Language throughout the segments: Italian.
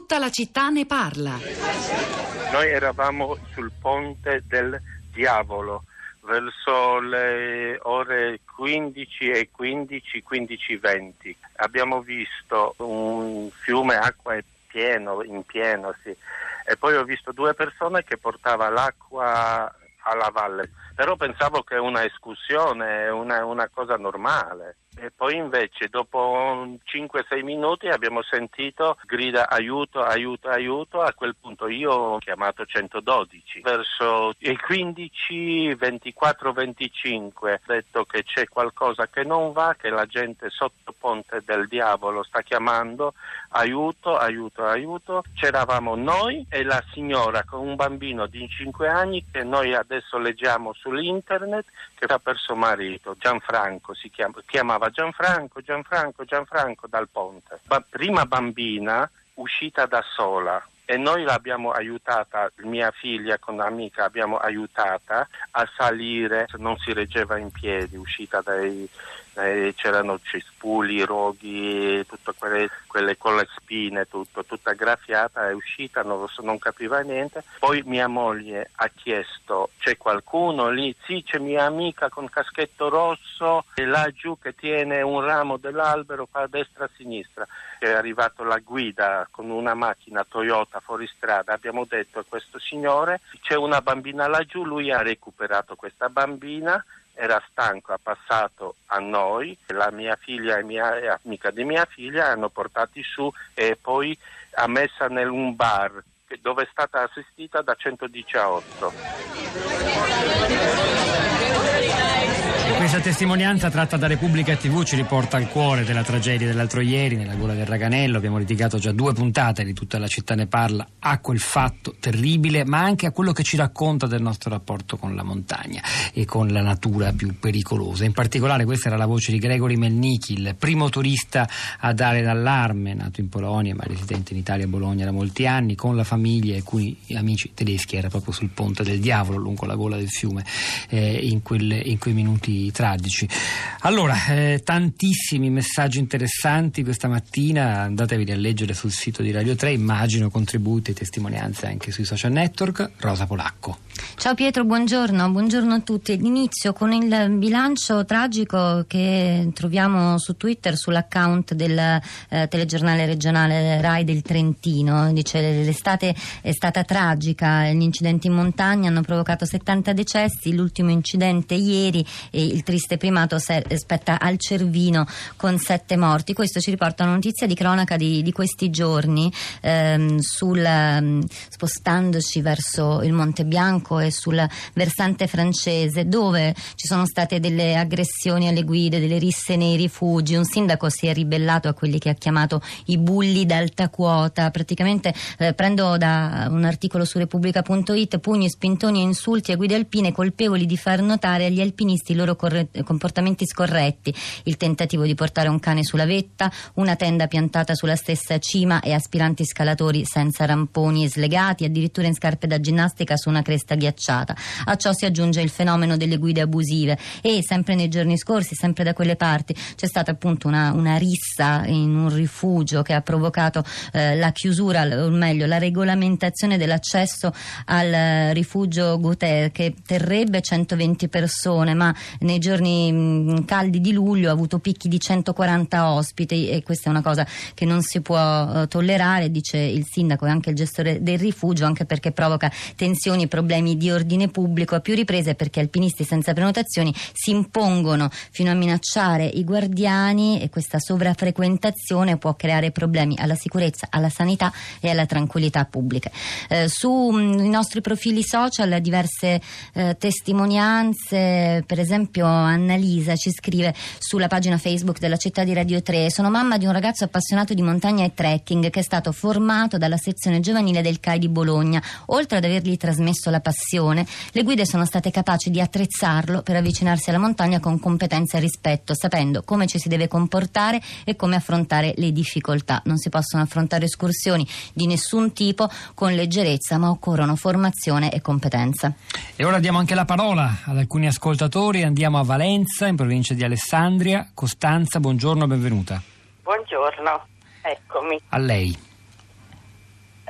Tutta la città ne parla. Noi eravamo sul ponte del Diavolo verso le ore 15 e 15, 15:20. Abbiamo visto un fiume, acqua in pieno, sì. E poi ho visto due persone che portavano l'acqua alla valle. Però pensavo che una escursione, una cosa normale. E poi invece dopo 5-6 minuti abbiamo sentito grida aiuto. A quel punto io ho chiamato 112. Verso i 15, 24, 25 ho detto che c'è qualcosa che non va, che la gente sotto Ponte del Diavolo sta chiamando aiuto. C'eravamo noi e la signora con un bambino di 5 anni che noi adesso leggiamo sull'internet che ha perso marito. Gianfranco si chiamava Gianfranco dal ponte. Prima bambina uscita da sola e noi l'abbiamo aiutata, mia figlia con un'amica abbiamo aiutata a salire, non si reggeva in piedi, uscita c'erano cespugli, roghi, tutte quelle con le spine, tutta graffiata, è uscita, non capiva niente. Poi mia moglie ha chiesto, c'è qualcuno lì? Sì, c'è mia amica con caschetto rosso e laggiù che tiene un ramo dell'albero, fa a destra a sinistra. È arrivato la guida con una macchina Toyota fuori strada, abbiamo detto a questo signore c'è una bambina laggiù, lui ha recuperato questa bambina. Era stanco, ha passato a noi, la mia figlia e amica di mia figlia hanno portati su e poi ha messa in un bar dove è stata assistita da 118. Questa testimonianza tratta da Repubblica TV ci riporta al cuore della tragedia dell'altro ieri nella gola del Raganello. Abbiamo dedicato già 2 puntate di Tutta la città ne parla a quel fatto terribile, ma anche a quello che ci racconta del nostro rapporto con la montagna e con la natura più pericolosa. In particolare questa era la voce di Gregory Melnicki, il primo turista a dare l'allarme, nato in Polonia ma residente in Italia a Bologna da molti anni, con la famiglia e alcuni amici tedeschi. Era proprio sul Ponte del Diavolo, lungo la gola del fiume, in quei minuti tragici. Allora, tantissimi messaggi interessanti questa mattina, andatevi a leggere sul sito di Radio 3, immagino contributi e testimonianze anche sui social network. Rosa Polacco. Ciao Pietro, buongiorno a tutti. Inizio con il bilancio tragico che troviamo su Twitter sull'account del telegiornale regionale Rai del Trentino. Dice: l'estate è stata tragica, gli incidenti in montagna hanno provocato 70 decessi, l'ultimo incidente ieri e il triste primato spetta al Cervino con 7 morti. Questo ci riporta una notizia di cronaca di questi giorni, spostandoci verso il Monte Bianco e sul versante francese, dove ci sono state delle aggressioni alle guide, delle risse nei rifugi. Un sindaco si è ribellato a quelli che ha chiamato i bulli d'alta quota. Praticamente prendo da un articolo su Repubblica.it: pugni, spintoni e insulti a guide alpine colpevoli di far notare agli alpinisti i loro comportamenti scorretti, il tentativo di portare un cane sulla vetta, una tenda piantata sulla stessa cima e aspiranti scalatori senza ramponi e slegati, addirittura in scarpe da ginnastica su una cresta ghiacciata. A ciò si aggiunge il fenomeno delle guide abusive e sempre nei giorni scorsi, sempre da quelle parti, c'è stata appunto una rissa in un rifugio che ha provocato la chiusura, o meglio la regolamentazione dell'accesso al rifugio Guter, che terrebbe 120 persone, ma nei giorni caldi di luglio ha avuto picchi di 140 ospiti e questa è una cosa che non si può tollerare, dice il sindaco e anche il gestore del rifugio, anche perché provoca tensioni e problemi di ordine pubblico a più riprese, perché alpinisti senza prenotazioni si impongono fino a minacciare i guardiani e questa sovrafrequentazione può creare problemi alla sicurezza, alla sanità e alla tranquillità pubblica. Sui nostri profili social diverse testimonianze, per esempio Annalisa ci scrive sulla pagina Facebook della città di Radio 3: sono mamma di un ragazzo appassionato di montagna e trekking che è stato formato dalla sezione giovanile del CAI di Bologna. Oltre ad avergli trasmesso la passione, le guide sono state capaci di attrezzarlo per avvicinarsi alla montagna con competenza e rispetto, sapendo come ci si deve comportare e come affrontare le difficoltà. Non si possono affrontare escursioni di nessun tipo con leggerezza, ma occorrono formazione e competenza. E ora diamo anche la parola ad alcuni ascoltatori. Andiamo a Valenza, in provincia di Alessandria. Costanza, buongiorno, benvenuta. Buongiorno, eccomi. A lei.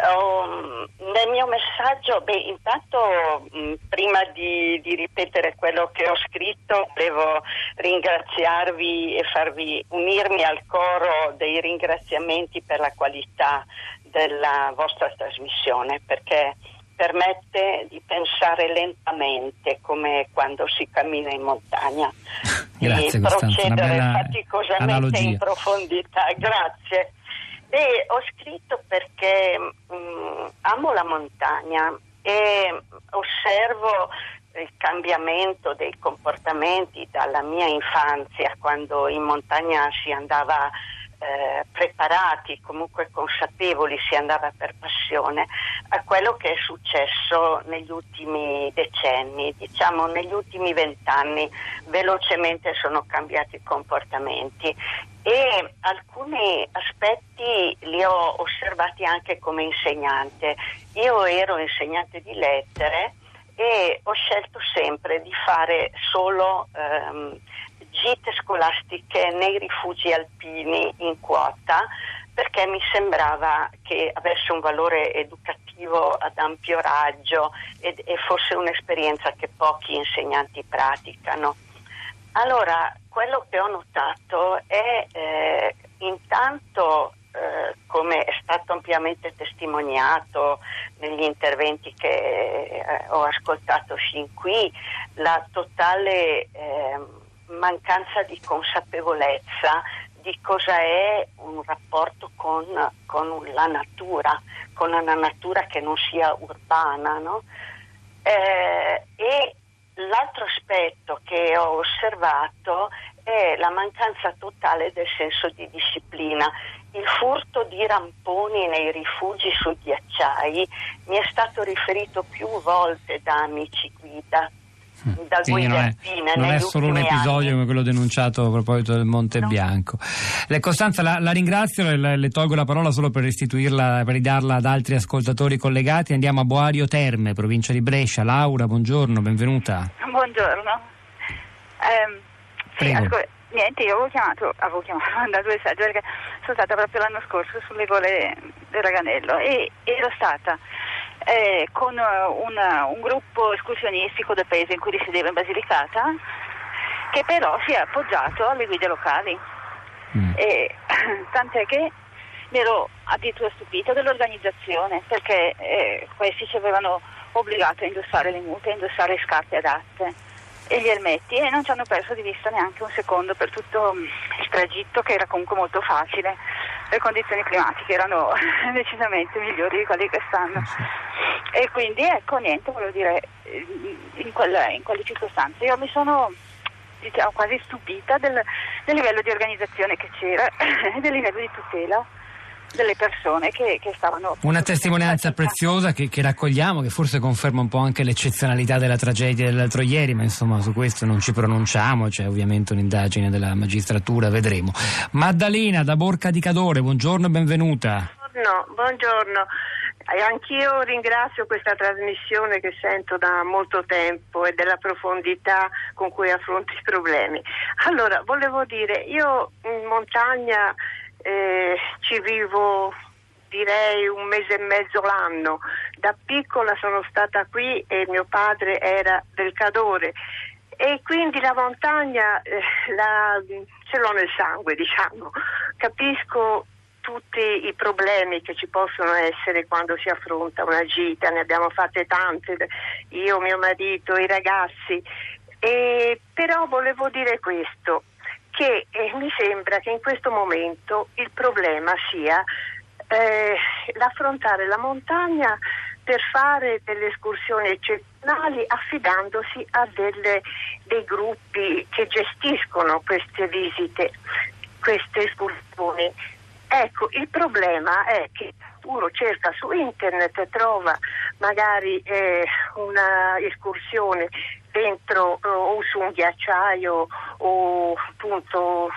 Nel mio messaggio, intanto prima di ripetere quello che ho scritto, devo ringraziarvi e unirmi al coro dei ringraziamenti per la qualità della vostra trasmissione, perché permette di pensare lentamente, come quando si cammina in montagna. Grazie, di procedere faticosamente analogia. In profondità. Grazie. Ho scritto perché amo la montagna e osservo il cambiamento dei comportamenti dalla mia infanzia, quando in montagna si andava preparati, comunque consapevoli, si andava per passione, a quello che è successo negli ultimi decenni, diciamo negli ultimi 20 anni. Velocemente sono cambiati i comportamenti e alcuni aspetti li ho osservati anche come insegnante. Io ero insegnante di lettere e ho scelto sempre di fare solo gite scolastiche nei rifugi alpini in quota, perché mi sembrava che avesse un valore educativo ad ampio raggio e fosse un'esperienza che pochi insegnanti praticano. Allora, quello che ho notato è intanto, come è stato ampiamente testimoniato negli interventi che ho ascoltato fin qui, la totale mancanza di consapevolezza di cosa è un rapporto con la natura, con una natura che non sia urbana, no? E l'altro aspetto che ho osservato è la mancanza totale del senso di disciplina. Il furto di ramponi nei rifugi sui ghiacciai mi è stato riferito più volte da amici guida. Quindi non è solo un episodio come quello denunciato a proposito del Monte Bianco. Costanza, la ringrazio, le tolgo la parola solo per restituirla, per ridarla ad altri ascoltatori collegati. Andiamo a Boario Terme, provincia di Brescia. Laura, buongiorno, benvenuta. Buongiorno. Niente, io avevo chiamato da 2 saggi perché sono stata proprio l'anno scorso sulle gole del Raganello e ero stata con un gruppo escursionistico del paese in cui risiedeva in Basilicata, che però si è appoggiato alle guide locali. E, tant'è che mi ero addirittura stupita dell'organizzazione, perché questi ci avevano obbligato a indossare le mute, a indossare scarpe adatte e gli elmetti, e non ci hanno perso di vista neanche un secondo per tutto il tragitto, che era comunque molto facile. Le condizioni climatiche erano decisamente migliori di quelle di quest'anno. E quindi niente, volevo dire, in quelle circostanze io mi sono quasi stupita del livello di organizzazione che c'era e del livello di tutela delle persone che stavano... Una testimonianza preziosa che raccogliamo, che forse conferma un po' anche l'eccezionalità della tragedia dell'altro ieri, ma insomma su questo non ci pronunciamo, c'è ovviamente un'indagine della magistratura, vedremo. Maddalena da Borca di Cadore, buongiorno e benvenuta. Buongiorno. Anch'io ringrazio questa trasmissione che sento da molto tempo e della profondità con cui affronti i problemi. Allora, volevo dire, io in montagna ci vivo direi 1 mese e mezzo l'anno. Da piccola sono stata qui e mio padre era del Cadore e quindi la montagna ce l'ho nel sangue, diciamo. Capisco tutti i problemi che ci possono essere quando si affronta una gita, ne abbiamo fatte tante, io, mio marito, i ragazzi, però volevo dire questo, che mi sembra che in questo momento il problema sia l'affrontare la montagna per fare delle escursioni eccezionali affidandosi a dei gruppi che gestiscono queste visite, queste escursioni. Ecco, il problema è che uno cerca su internet, trova magari una escursione dentro o su un ghiacciaio o appunto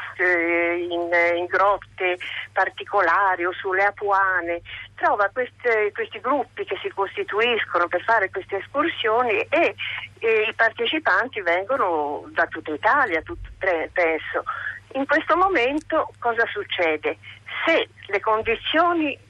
in grotte particolari o sulle Apuane, trova questi gruppi che si costituiscono per fare queste escursioni e i partecipanti vengono da tutta Italia, penso. In questo momento cosa succede? Se le condizioni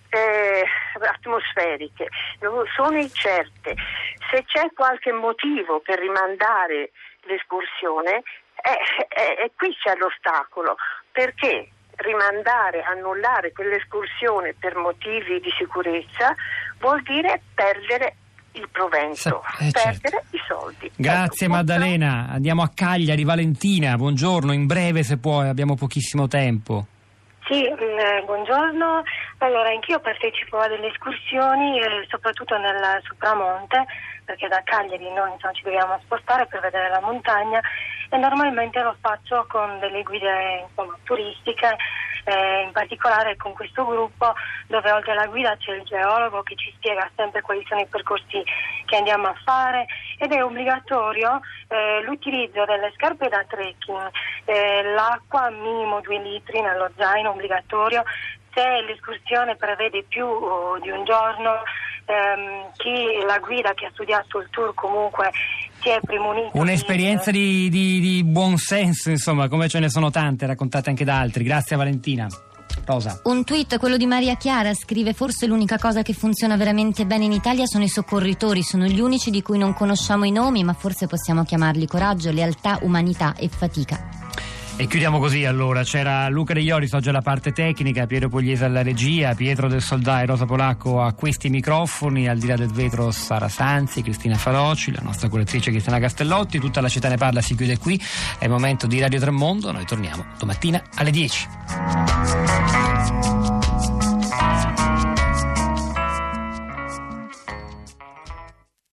atmosferiche, non sono incerte. Se c'è qualche motivo per rimandare l'escursione, qui c'è l'ostacolo, perché rimandare, annullare quell'escursione per motivi di sicurezza vuol dire perdere il provento, perdere i soldi. Grazie Maddalena, andiamo a Cagliari. Valentina, buongiorno, in breve se puoi, abbiamo pochissimo tempo. Sì, buongiorno. Allora, anch'io partecipo a delle escursioni, soprattutto nel Supramonte, perché da Cagliari noi ci dobbiamo spostare per vedere la montagna, e normalmente lo faccio con delle guide turistiche, in particolare con questo gruppo, dove oltre alla guida c'è il geologo che ci spiega sempre quali sono i percorsi che andiamo a fare, ed è obbligatorio l'utilizzo delle scarpe da trekking, l'acqua minimo 2 litri nello zaino obbligatorio. Se l'escursione prevede più di un giorno, la guida che ha studiato il tour comunque si è premunito. Un'esperienza di buon senso, insomma, come ce ne sono tante raccontate anche da altri. Grazie Valentina. Rosa. Un tweet, quello di Maria Chiara, scrive: forse l'unica cosa che funziona veramente bene in Italia sono i soccorritori, sono gli unici di cui non conosciamo i nomi, ma forse possiamo chiamarli coraggio, lealtà, umanità e fatica. E chiudiamo così allora. C'era Luca De Ioris oggi alla parte tecnica, Piero Pugliese alla regia, Pietro del Soldà e Rosa Polacco a questi microfoni, al di là del vetro Sara Sanzi, Cristina Faloci, la nostra curatrice Cristiana Castellotti. Tutta la città ne parla si chiude qui, è il momento di Radio Tremondo, noi torniamo domattina alle 10.